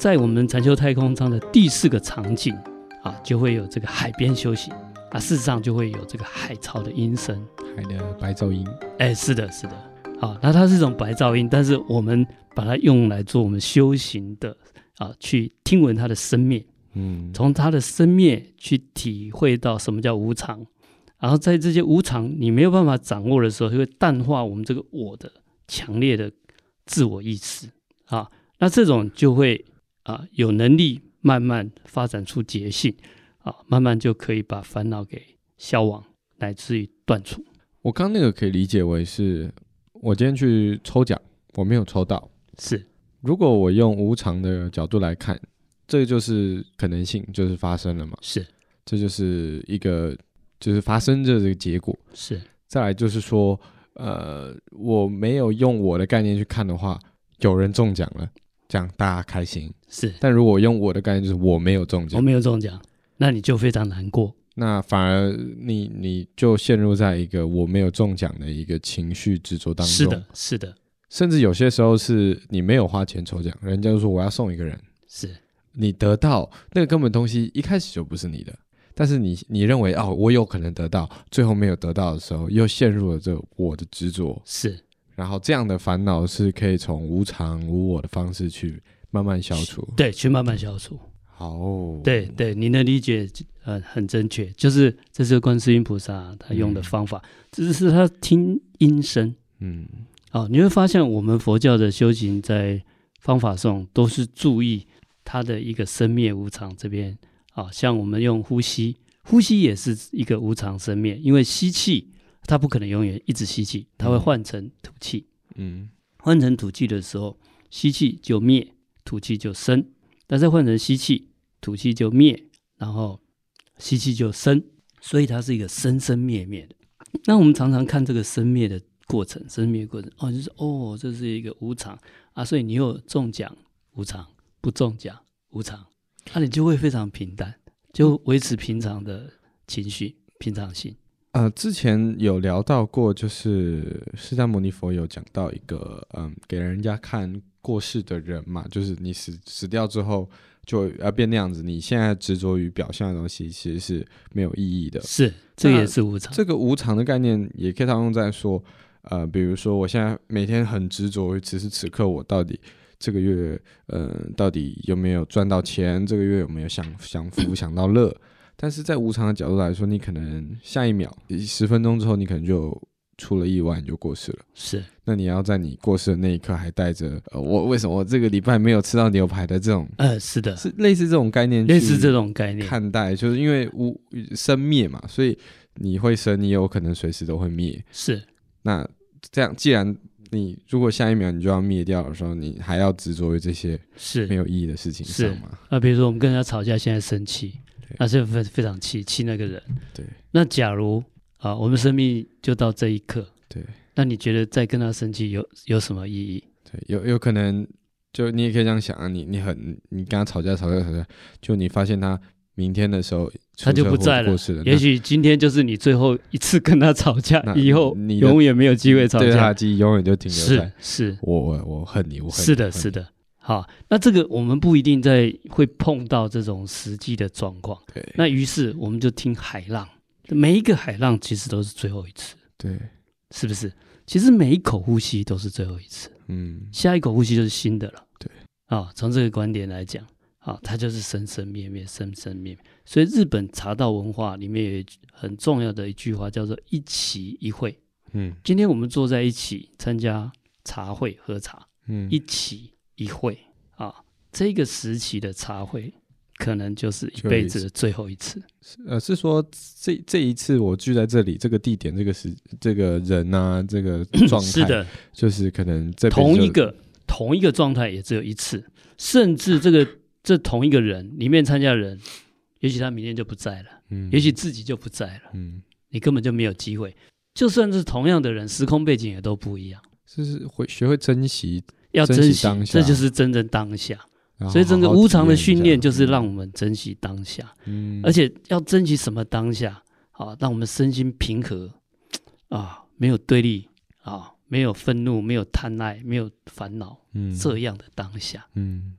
在我们禅修太空舱的第4个场景就会有这个海边休息事实上就会有这个海潮的音声， 海的白噪音。 是的那它是一种白噪音，但是我们把它用来做我们修行的去听闻它的生灭，从它的生灭去体会到什么叫无常，然后在这些无常你没有办法掌握的时候，就会淡化我们这个我的强烈的自我意识那这种就会有能力慢慢发展出觉性慢慢就可以把烦恼给消亡，乃至于断除。 我刚那个可以理解为是我今天去抽奖，我没有抽到， 是如果我用无常的角度来看，这就是可能性，就是发生了嘛， 是， 这就是一个就是发生这个结果。 是， 再来就是说我没有用我的概念去看的话，有人中奖了，这样大家开心， 是。 但如果用我的概念，就是我没有中奖， 我没有中奖，那你就非常难过， 那反而你就陷入在一个我没有中奖的一个情绪执着当中。 是的， 甚至有些时候是你没有花钱抽奖，人家就说我要送一个人， 是你得到那个根本东西一开始就不是你的，但是你认为我有可能得到，最后没有得到的时候，又陷入了这我的执着。 是， 然后这样的烦恼是可以从无常无我的方式去慢慢消除。 对，去慢慢消除。 好， 对，你的理解很正确，就是这是观世音菩萨他用的方法，只是他听音声。你会发现我们佛教的修行在方法上都是注意它的一个生灭无常这边像我们用呼吸也是一个无常生灭，因为吸气它不可能永远一直吸气，它会换成吐气。换成吐气的时候，吸气就灭，吐气就生，但再换成吸气，吐气就灭，然后吸气就生，所以它是一个生生灭灭的。那我们常常看这个生灭的过程，就是这是一个无常所以你有中奖无常，不中奖无常，你就会非常平淡，就维持平常的情绪平常心。 之前有聊到过，就是释迦牟尼佛有讲到一个给人家看过世的人嘛，就是你死掉之后就要变那样子，你现在执着于表象的东西其实是没有意义的。 是，这也是无常。 这个无常的概念也可以套用在说比如说我现在每天很执着于此时此刻我到底这个月到底有没有赚到钱，这个月有没有享福享到乐，但是在无常的角度来说，你可能下一秒10分钟之后你可能就出了意外，你就过世了。 是， 那你要在你过世的那一刻还带着我为什么我这个礼拜没有吃到牛排的这种是的， 是类似这种概念， 类似这种概念看待，就是因为生灭嘛，所以你会生，你有可能随时都会灭。 是， 那这样既然你如果下一秒你就要灭掉的时候，你还要执着于这些没有意义的事情上吗？ 比如说我们跟人家吵架，现在生气，那是非常气那个人。 对， 那假如我们生命就到这一刻， 对， 那你觉得再跟他生气有什么意义？ 对，有可能就你也可以这样想你跟他吵架，就你发现他明天的时候他就不在了，也许今天就是你最后一次跟他吵架，以后你永远没有机会吵架， 对他的记忆永远就停留在是我恨你，我恨你。 是的。好，那这个我们不一定会碰到这种实际的状况， 对， 那于是我们就听海浪，每一个海浪其实都是最后一次， 对， 是不是？其实每一口呼吸都是最后一次，下一口呼吸就是新的了， 对， 从这个观点来讲，它就是生生灭灭，生生灭灭。所以日本茶道文化里面有很重要的一句话叫做一期一会。今天我们坐在一起参加茶会喝茶，一期一会这个时期的茶会可能就是一辈子的最后一次。 是说这一次我聚在这里，这个地点，这个人啊，这个状态， 是的， 就是可能这同一个状态也只有一次，甚至这同一个人里面参加的人，也许他明天就不在了，也许自己就不在了，你根本就没有机会。就算是同样的人，时空背景也都不一样， 就是学会珍惜， 要珍惜当下， 这就是真正当下。所以整个无常的训练就是让我们珍惜当下，而且要珍惜什么当下让我们身心平和没有对立没有愤怒，没有贪爱，没有烦恼，这样的当下。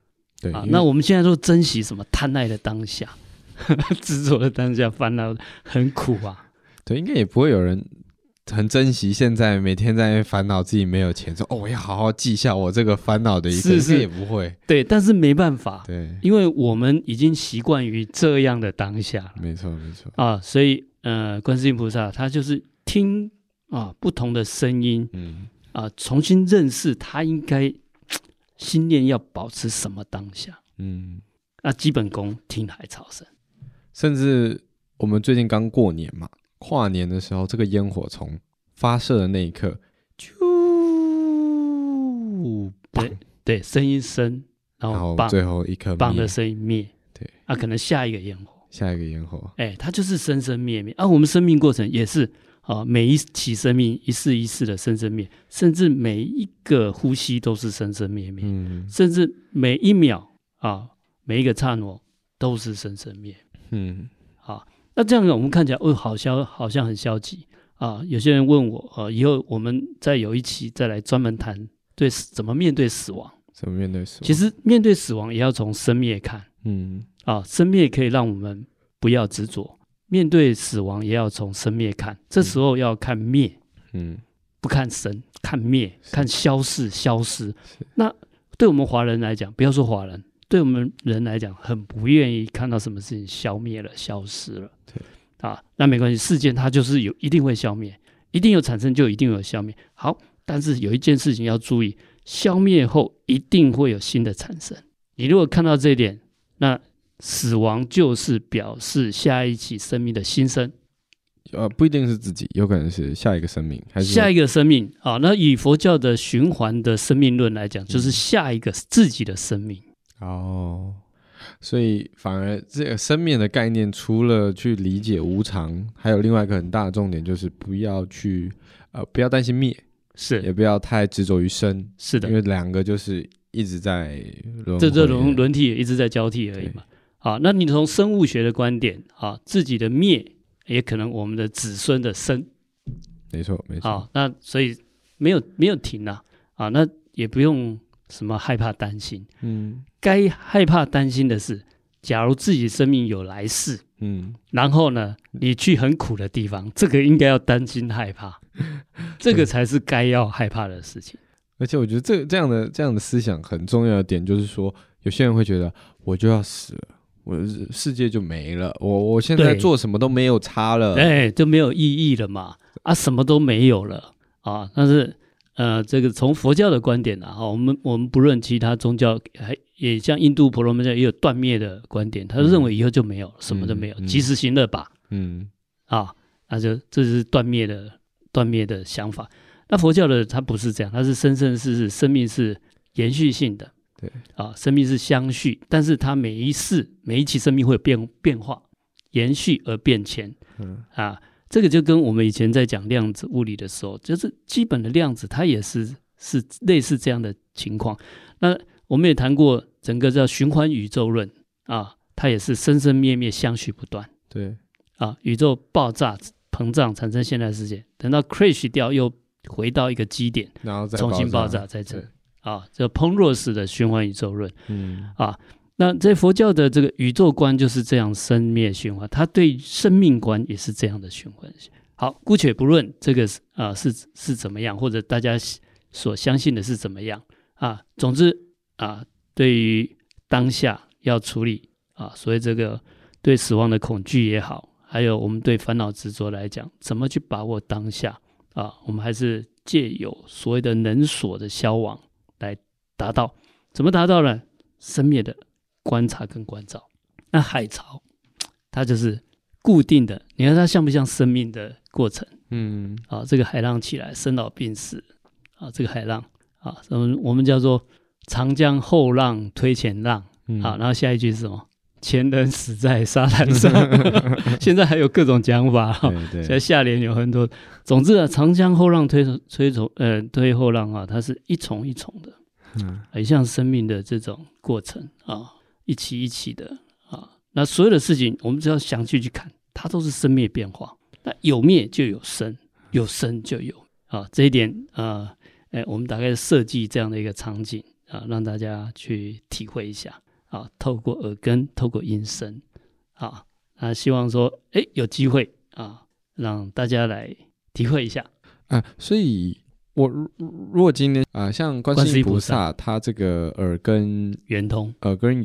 对那我们现在都珍惜什么贪爱的当下，执着的当下，烦恼很苦啊。 对，应该也不会有人很珍惜现在每天在烦恼自己没有钱，说我要好好记下我这个烦恼的一个， 是也不会。 对，但是没办法， 对， 因为我们已经习惯于这样的当下了。 没错没错所以观世音菩萨他就是听不同的声音，重新认识他应该心念要保持什么当下。基本功听海潮声，甚至我们最近刚过年嘛，跨年的时候，这个烟火从发射的那一刻，就对，声音升，然后最后一颗棒的声音灭， 对， 可能下一个烟火， 它就是生生灭灭。我们生命过程也是每一起生命一世一世的生生灭，甚至每一个呼吸都是生生灭灭，甚至每一秒每一个刹那都是生生灭。那这样我们看起来好像很消极有些人问我以后我们再有一期再来专门谈怎么面对死亡。其实面对死亡也要从生灭看，生灭可以让我们不要执着，面对死亡也要从生灭看，这时候要看灭，不看生，看灭，看消逝。那对我们华人来讲，不要说华人，对我们人来讲，很不愿意看到什么事情消灭了、消失了。那没关系，事件它就是一定会消灭，一定有产生就一定有消灭。好，但是有一件事情要注意，消灭后一定会有新的产生。你如果看到这一点，那死亡就是表示下一起生命的新生。 不一定是自己，有可能是下一个生命，还是下一个生命那以佛教的循环的生命论来讲，就是下一个自己的生命。 所以反而这个生灭的概念，除了去理解无常，还有另外一个很大的重点，就是不要担心灭，也不要太执着于生， 是的， 因为两个就是一直在轮回，这轮替也一直在交替而已嘛。那你从生物学的观点自己的灭也可能我们的子孙的生， 没错。 那所以没有停那也不用什么害怕担心，该害怕担心的是，假如自己生命有来世，然后呢，你去很苦的地方，这个应该要担心害怕，这个才是该要害怕的事情。 而且我觉得这样的思想很重要的点就是说，有些人会觉得我就要死了，我的世界就没了，我现在做什么都没有差了， 就没有意义了嘛，什么都没有了但是这个从佛教的观点我们不论其他宗教，也像印度婆罗门教也有断灭的观点，他认为以后就没有了，什么都没有，及时行乐吧，那就这是断灭的想法。那佛教的它不是这样，它是生生世世，生命是延续性的， 对生命是相续，但是它每一期生命会有变化，延续而变迁，这个就跟我们以前在讲量子物理的时候，就是基本的量子它也是类似这样的情况。那我们也谈过整个叫循环宇宙论它也是生生灭灭，相续不断。 对宇宙爆炸膨胀产生现代世界，等到 crash 掉又回到一个基点， 然后再重新爆炸再这这彭若式的循环宇宙论那在佛教的这个宇宙观就是这样生灭循环，它对生命观也是这样的循环。好，姑且不论这个是怎么样，或者大家所相信的是怎么样总之对于当下要处理所谓这个对死亡的恐惧也好，还有我们对烦恼执着来讲，怎么去把握当下我们还是借有所谓的能所的消亡来达到。怎么达到呢？生灭的观察跟关照。那海潮它就是固定的，你看它像不像生命的过程？这个海浪起来，生老病死这个海浪我们叫做长江后浪推前浪然后下一句是什么？前人死在沙滩上现在还有各种讲法现在下联有很多。总之长江后浪推后浪它是一重一重的很像生命的这种过程一期一期的那所有的事情我们只要详细去看，它都是生灭变化。那有灭就有生，有生就有这一点我们大概设计这样的一个场景让大家去体会一下。 啊，透过耳根，透过音声啊，希望说有机会啊，让大家来体会一下所以我如果今天像观世音菩萨，他这个耳根圆通，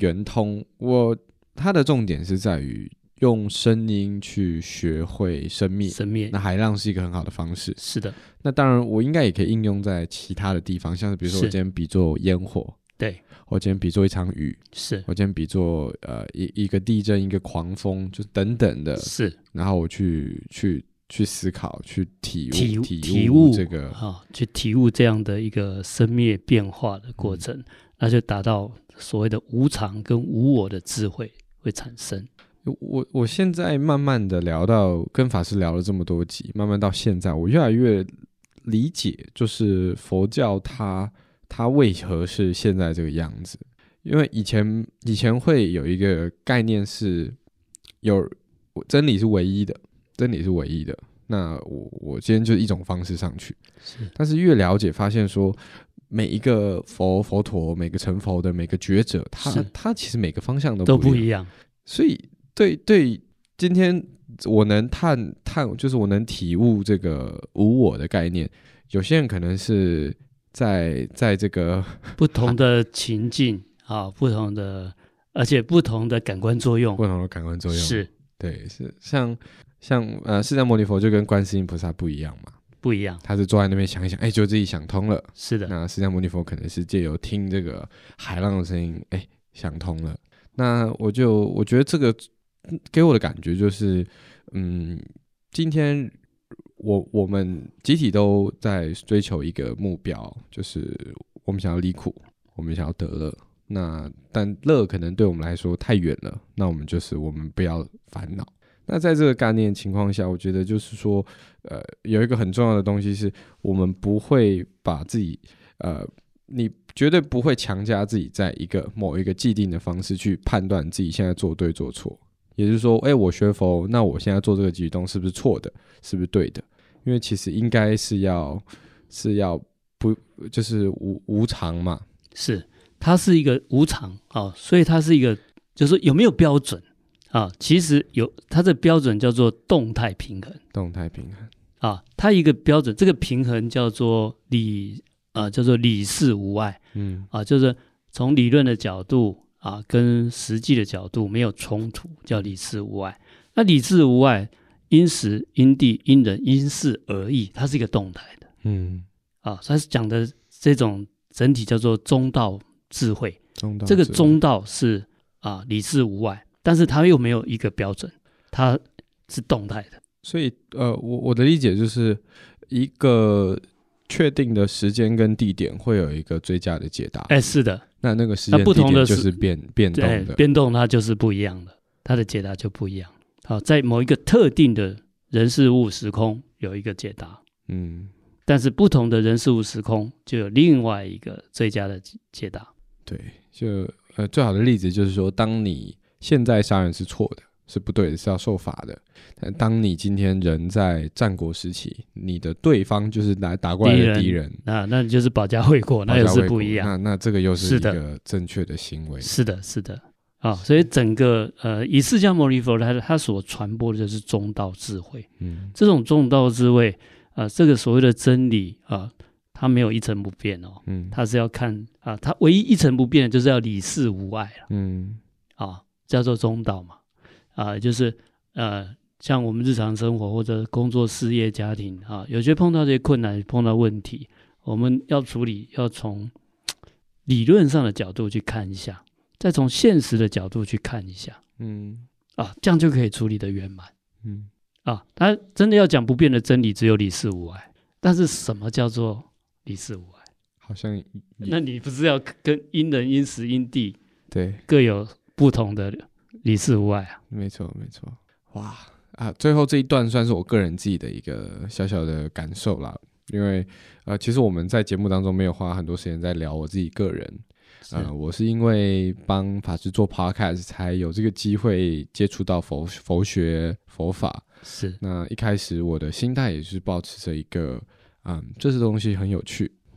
他的重点是在于用声音去学会生灭，那海浪是一个很好的方式。 是的， 那当然我应该也可以应用在其他的地方，像是比如说我今天比作烟火， 对， 我今天比作一场雨， 是我今天比作一个地震，一个狂风，就是等等的， 是， 然后我去思考，去体悟这个去体悟这样的一个生灭变化的过程，那就达到所谓的无常跟无我的智慧会产生。 我现在慢慢的聊到跟法师聊了这么多集，慢慢到现在，我越来越理解，就是佛教它为何是现在这个样子。因为以前会有一个概念是真理是唯一的，那我今天就一种方式上去，但是越了解发现说，每一个佛陀，每个成佛的，每个觉者，他其实每个方向都不一样。所以对今天我能就是我能体悟这个无我的概念，有些人可能是在这个不同的情境不同的，而且不同的感官作用，是， 对，是像释迦牟尼佛就跟观世音菩萨不一样嘛， 不一样， 他是坐在那边想一想，就自己想通了。 是的， 那释迦牟尼佛可能是借由听这个海浪的声音，想通了。那我觉得这个给我的感觉就是，今天我们集体都在追求一个目标，就是我们想要离苦，我们想要得乐。但乐可能对我们来说太远了，那我们不要烦恼。那在这个概念情况下，我觉得就是说，有一个很重要的东西是，我们不会把自己，你绝对不会强加自己在某一个既定的方式去判断自己现在做对做错。也就是说，我学佛，那我现在做这个举动是不是错的，是不是对的？因为其实应该是要不就是无常嘛， 是。它是一个无常所以它是一个，就是说有没有标准其实它的标准叫做动态平衡它一个标准，这个平衡叫做理事无碍，就是从理论的角度跟实际的角度没有冲突，叫理事无碍。那理事无碍，因时因地因人因事而异，它是一个动态的，它是讲的这种整体叫做中道智慧，这个中道是理事无碍，但是它又没有一个标准，它是动态的。 所以我的理解就是一个确定的时间跟地点会有一个最佳的解答。 是的， 那个时间地点就是变动的， 变动它就是不一样的，它的解答就不一样。在某一个特定的人事物时空有一个解答，但是不同的人事物时空就有另外一个最佳的解答。 对，就最好的例子就是说，当你现在杀人是错的，是不对的，是要受罚的。但当你今天人在战国时期，你的对方就是来打过来的敌人， 那就是保家卫国，那又是不一样。 那这个又是一个正确的行为。 是的，是的。所以整个以释迦牟尼佛他所传播的就是中道智慧。这种中道智慧这个所谓的真理它没有一成不变它是要看它唯一一成不变的就是要理事无碍叫做中道嘛就是像我们日常生活或者工作事业家庭有些碰到这些困难碰到问题，我们要处理要从理论上的角度去看一下，再从现实的角度去看一下这样就可以处理得圆满他真的要讲不变的真理只有理事无碍，但是什么叫做理事无碍？ 好像那你不是要跟因人因时因地对各有不同的理事无碍没错没错。哇最后这一段算是我个人自己的一个小小的感受啦，因为其实我们在节目当中没有花很多时间在聊我自己个人我是因为帮法师做 podcast 才有这个机会接触到佛学佛法。 是， 那一开始我的心态也是抱持着一个这些东西很有趣，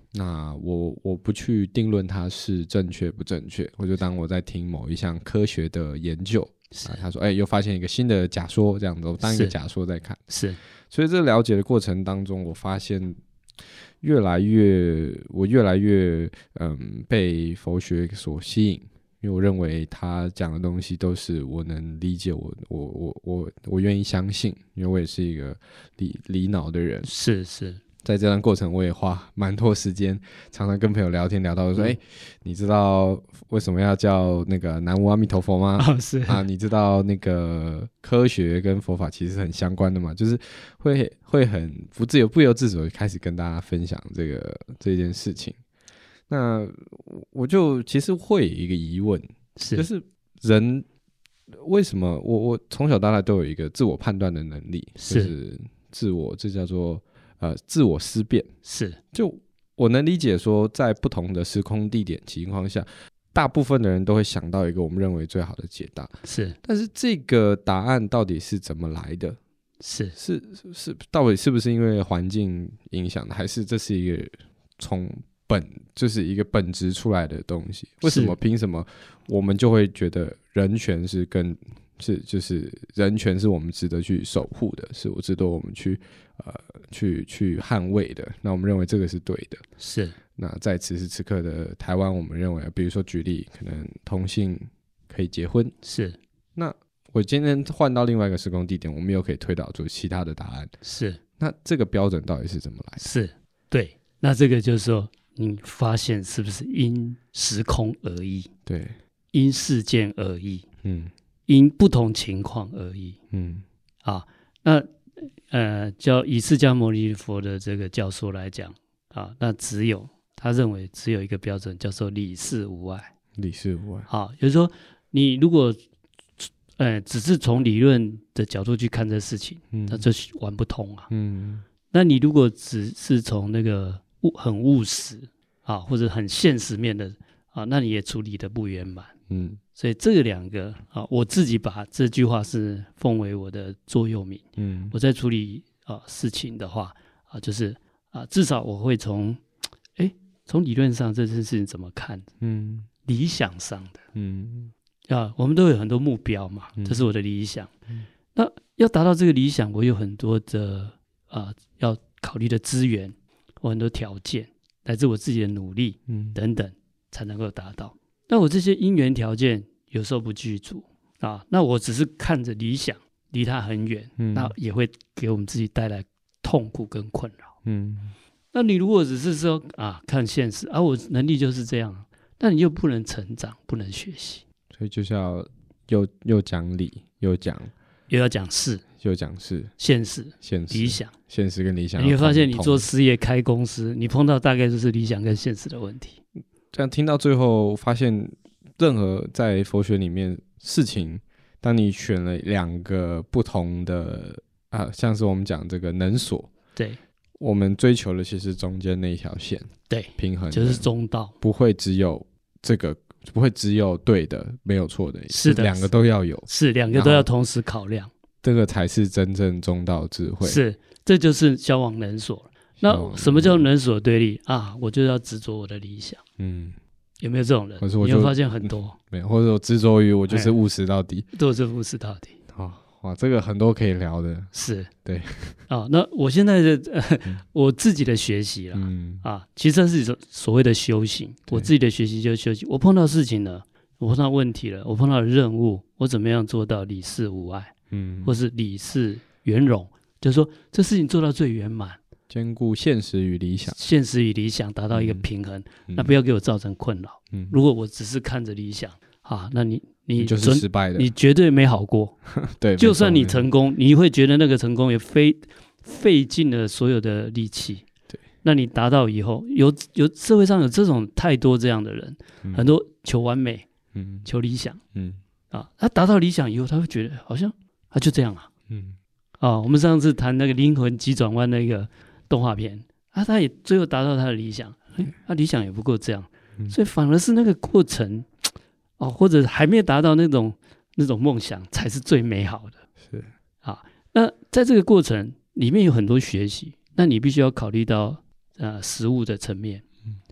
那我不去定论它是正确不正确，我就当我在听某一项科学的研究。他说又发现一个新的假说，这样子我当一个假说在看。 是， 所以这了解的过程当中，我发现我越来越被佛学所吸引，因为我认为他讲的东西都是我能理解，我愿意相信，因为我也是一个理脑的人。 是， 在这段过程我也花蛮多时间，常常跟朋友聊天聊到说你知道为什么要叫那个南无阿弥陀佛吗？ 是你知道那个科学跟佛法其实很相关的嘛，就是会很不由自主的开始跟大家分享这件事情。那我就其实会有一个疑问，就是人为什么我从小到大都有一个自我判断的能力，就是这叫做自我思辨。 是， 就我能理解说，在不同的时空地点情况下，大部分的人都会想到一个我们认为最好的解答。 是， 但是这个答案到底是怎么来的？是到底是不是因为环境影响的，还是这是一个就是一个本质出来的东西？为什么凭什么我们就会觉得人权就是人权是我们值得去守护的，是值得我们去捍卫的？那我们认为这个是对的。是。那在此时此刻的台湾，我们认为，比如说举例，可能同性可以结婚。是。那我今天换到另外一个时空地点，我们又可以推导出其他的答案。是。那这个标准到底是怎么来的？是。对。那这个就是说，你发现是不是因时空而异？对。因事件而异。因不同情况而异。那以释迦牟尼佛的这个教说来讲那他认为只有一个标准，叫做理事无碍。理事无碍。就是说，你如果只是从理论的角度去看这事情，那就玩不通啊。那你如果只是从那个很务实或者很现实面的那你也处理的不圆满。所以这两个我自己把这句话是奉为我的座右铭。我在处理事情的话就是至少我会从理论上这件事情怎么看，理想上的我们都有很多目标嘛，这是我的理想。那要达到这个理想，我有很多的要考虑的资源，我很多条件，来自我自己的努力等等才能够达到。那我这些因缘条件有时候不具足那我只是看着理想离它很远，那也会给我们自己带来痛苦跟困扰。那你如果只是说看现实我能力就是这样，那你又不能成长，不能学习，所以就是要又讲理，又要讲事，又讲事，现实理想，现实跟理想。你会发现你做事业开公司，你碰到大概就是理想跟现实的问题。这样听到最后发现，任何在佛学里面事情，当你选了两个不同的像是我们讲这个能所，对，我们追求的其实中间那一条线，对，平衡就是中道，不会只有对的没有错的，是的，两个都要有，是两个都要同时考量，这个才是真正中道智慧。是，这就是消亡能所。那什么叫能所对立我就要执着我的理想。有没有这种人？你会发现很多没有，或者我执着于我就是务实到底，都是务实到底。哇，这个很多可以聊的。是，对那我现在的我自己的学习啦其实这是所谓的修行。我自己的学习就是修行。我碰到事情了，我碰到问题了，我碰到任务，我怎么样做到理事无碍？或是理事圆融，就是说这事情做到最圆满。兼顾现实与理想，达到一个平衡，那不要给我造成困扰。如果我只是看着理想那你就是失败的，你绝对没好过。对，就算你成功，你会觉得那个成功也费尽了所有的力气。对，那你达到以后，有社会上有这种太多这样的人，很多求完美，求理想，他达到理想以后，他会觉得好像他就这样我们上次谈那个灵魂急转弯那个动画片他也最后达到他的理想，他理想也不够这样，所以反而是那个过程或者还没有达到那种梦想才是最美好的。是那在这个过程里面有很多学习，那你必须要考虑到实务的层面，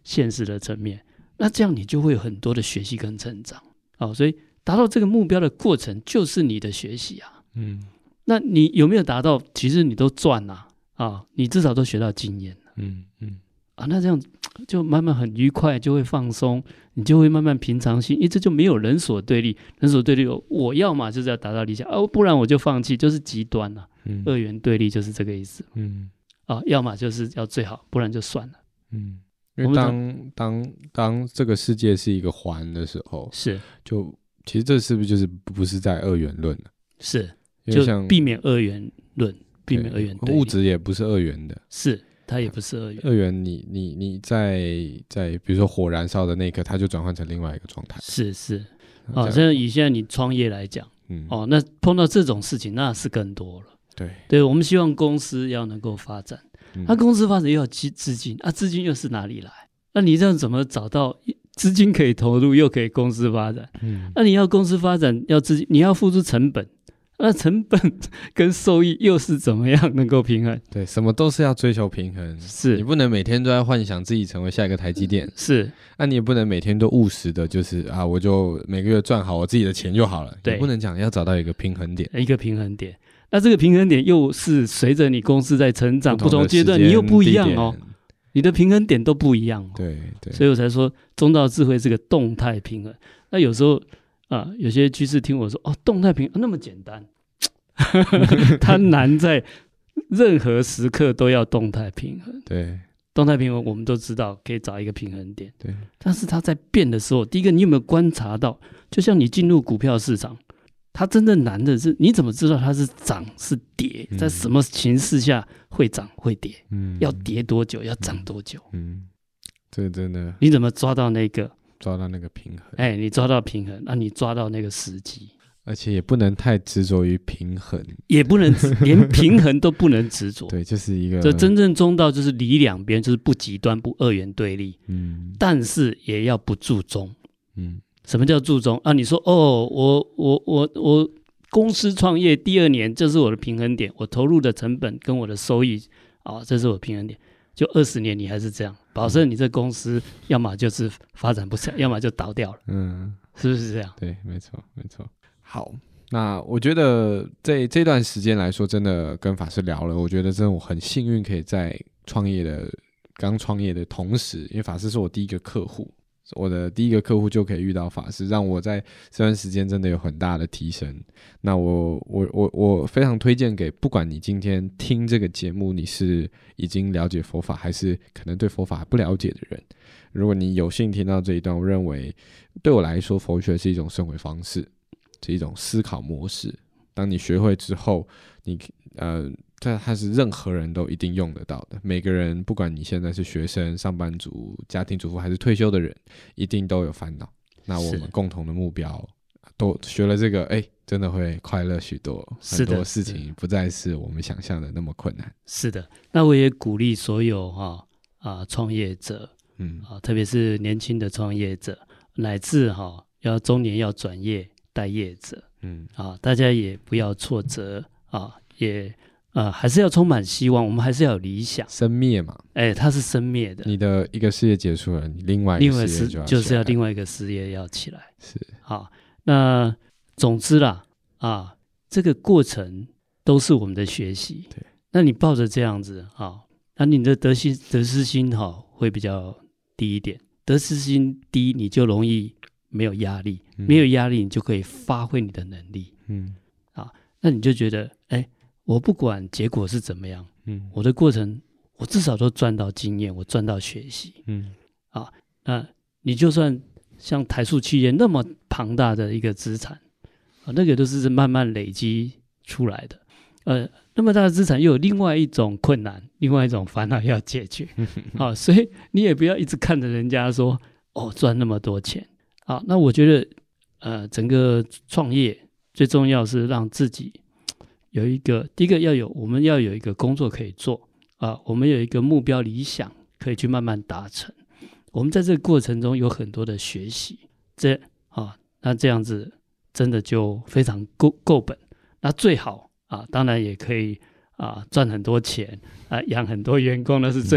现实的层面，那这样你就会有很多的学习跟成长。所以达到这个目标的过程就是你的学习啊。那你有没有达到？其实你都赚了你至少都学到经验了。那这样就慢慢很愉快，就会放松，你就会慢慢平常心，因为这就没有人所对立。人所对立我要嘛就是要达到理想不然我就放弃，就是极端了。二元对立就是这个意思。要么就是要最好，不然就算了。 因为当这个世界是一个环的时候， 是就其实这是不是就是不是在二元论了？ 是，就避免二元论，避免二元对立。 物质也不是二元的， 是它也不是二元。 二元你在比如说火燃烧的那一刻，它就转换成另外一个状态。 是像以现在你创业来讲，那碰到这种事情那是更多了。对，我们希望公司要能够发展，那公司发展又要资金资金又是哪里来？那你这样怎么找到资金可以投入又可以公司发展？那你要公司发展要资金，你要付出成本，那成本跟收益又是怎么样能够平衡？ 对，什么都是要追求平衡。 是你不能每天都在幻想自己成为下一个台积电， 是， 那你也不能每天都务实的，就是我就每个月赚好我自己的钱就好了。对，你不能讲，要找到一个平衡点， 那这个平衡点又是随着你公司在成长不同阶段，你又不一样你的平衡点都不一样对， 所以我才说中道智慧是个动态平衡。那有时候有些居士听我说动态平衡那么简单，它难在任何时刻都要动态平衡。 对， 动态平衡我们都知道可以找一个平衡点， 对， 但是它在变的时候，第一个你有没有观察到，就像你进入股票市场，它真正难的是你怎么知道它是涨是跌，在什么形势下会涨会跌，要跌多久，要涨多久， 这个真的你怎么抓到那个平衡？ 你抓到平衡，你抓到那个时机， 而且也不能太执着于平衡， 也不能连平衡都不能执着。 对，就是一个这真正中道就是离两边，就是不极端不二元对立，但是也要不注中。什么叫注中你说我公司创业第2年，这是我的平衡点，我投入的成本跟我的收益这是我平衡点。就20年你还是这样，保证你这公司要么就是发展不起来，要么就倒掉了。是不是这样？ 对，没错。好，那我觉得这段时间来说，真的跟法师聊了，我觉得真的我很幸运，可以在刚创业的同时，因为法师是我第一个客户。我的第一个客户就可以遇到法师，让我在这段时间真的有很大的提升。那我非常推荐给不管你今天听这个节目，你是已经了解佛法，还是可能对佛法不了解的人，如果你有幸听到这一段，我认为对我来说，佛学是一种生活方式，是一种思考模式。当你学会之后，它是任何人都一定用得到的。每个人，不管你现在是学生、上班族、家庭主妇还是退休的人，一定都有烦恼。那我们共同的目标，都学了这个，真的会快乐许多。很多事情不再是我们想象的那么困难。 是的，那我也鼓励所有创业者，特别是年轻的创业者，乃至要中年要转业待业者，大家也不要挫折也还是要充满希望，我们还是要有理想。生灭嘛， 它是生灭的。 你的一个事业结束了，你另外一个事业就是要另外一个事业要起来。 是好，那总之啦，这个过程都是我们的学习。 对， 那你抱着这样子那你的得失心会比较低一点。得失心低，你就容易没有压力，没有压力，你就可以发挥你的能力。那你就觉得我不管结果是怎么样，我的过程我至少都赚到经验，我赚到学习。那你就算像台塑企业那么庞大的一个资产，那个都是慢慢累积出来的。那么大的资产又有另外一种困难，另外一种烦恼要解决。所以你也不要一直看着人家说赚那么多钱。那我觉得整个创业最重要是让自己有一个，第一个我们要有一个工作可以做我们有一个目标理想可以去慢慢达成。我们在这个过程中有很多的学习，那这样子真的就非常够本。那最好当然也可以赚很多钱养很多员工，那是最好。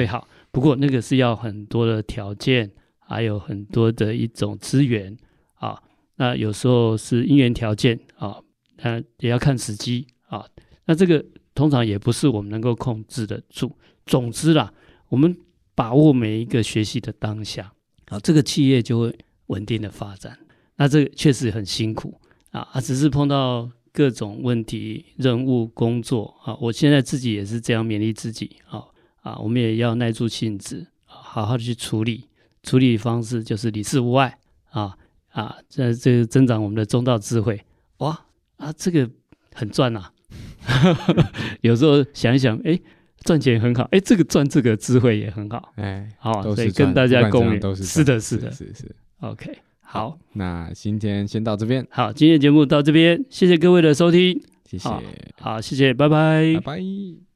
不过那个是要很多的条件，还有很多的一种资源啊。那有时候是因缘条件啊，也要看时机啊。那这个通常也不是我们能够控制得住。总之啦，我们把握每一个学习的当下啊，这个企业就会稳定的发展。那这个确实很辛苦啊，只是碰到各种问题、任务、工作啊，我现在自己也是这样勉励自己啊，我们也要耐住性子，好好的去处理。处理方式就是理事无碍这个增长我们的中道智慧。哇这个很赚啊！有时候想一想，赚钱很好，这个赚这个智慧也很好，所以跟大家共勉。是的，是的，是 OK。好， 那今天先到这边。 好，今天的节目到这边，谢谢各位的收听。 谢谢。 好，谢谢，拜拜， 拜拜。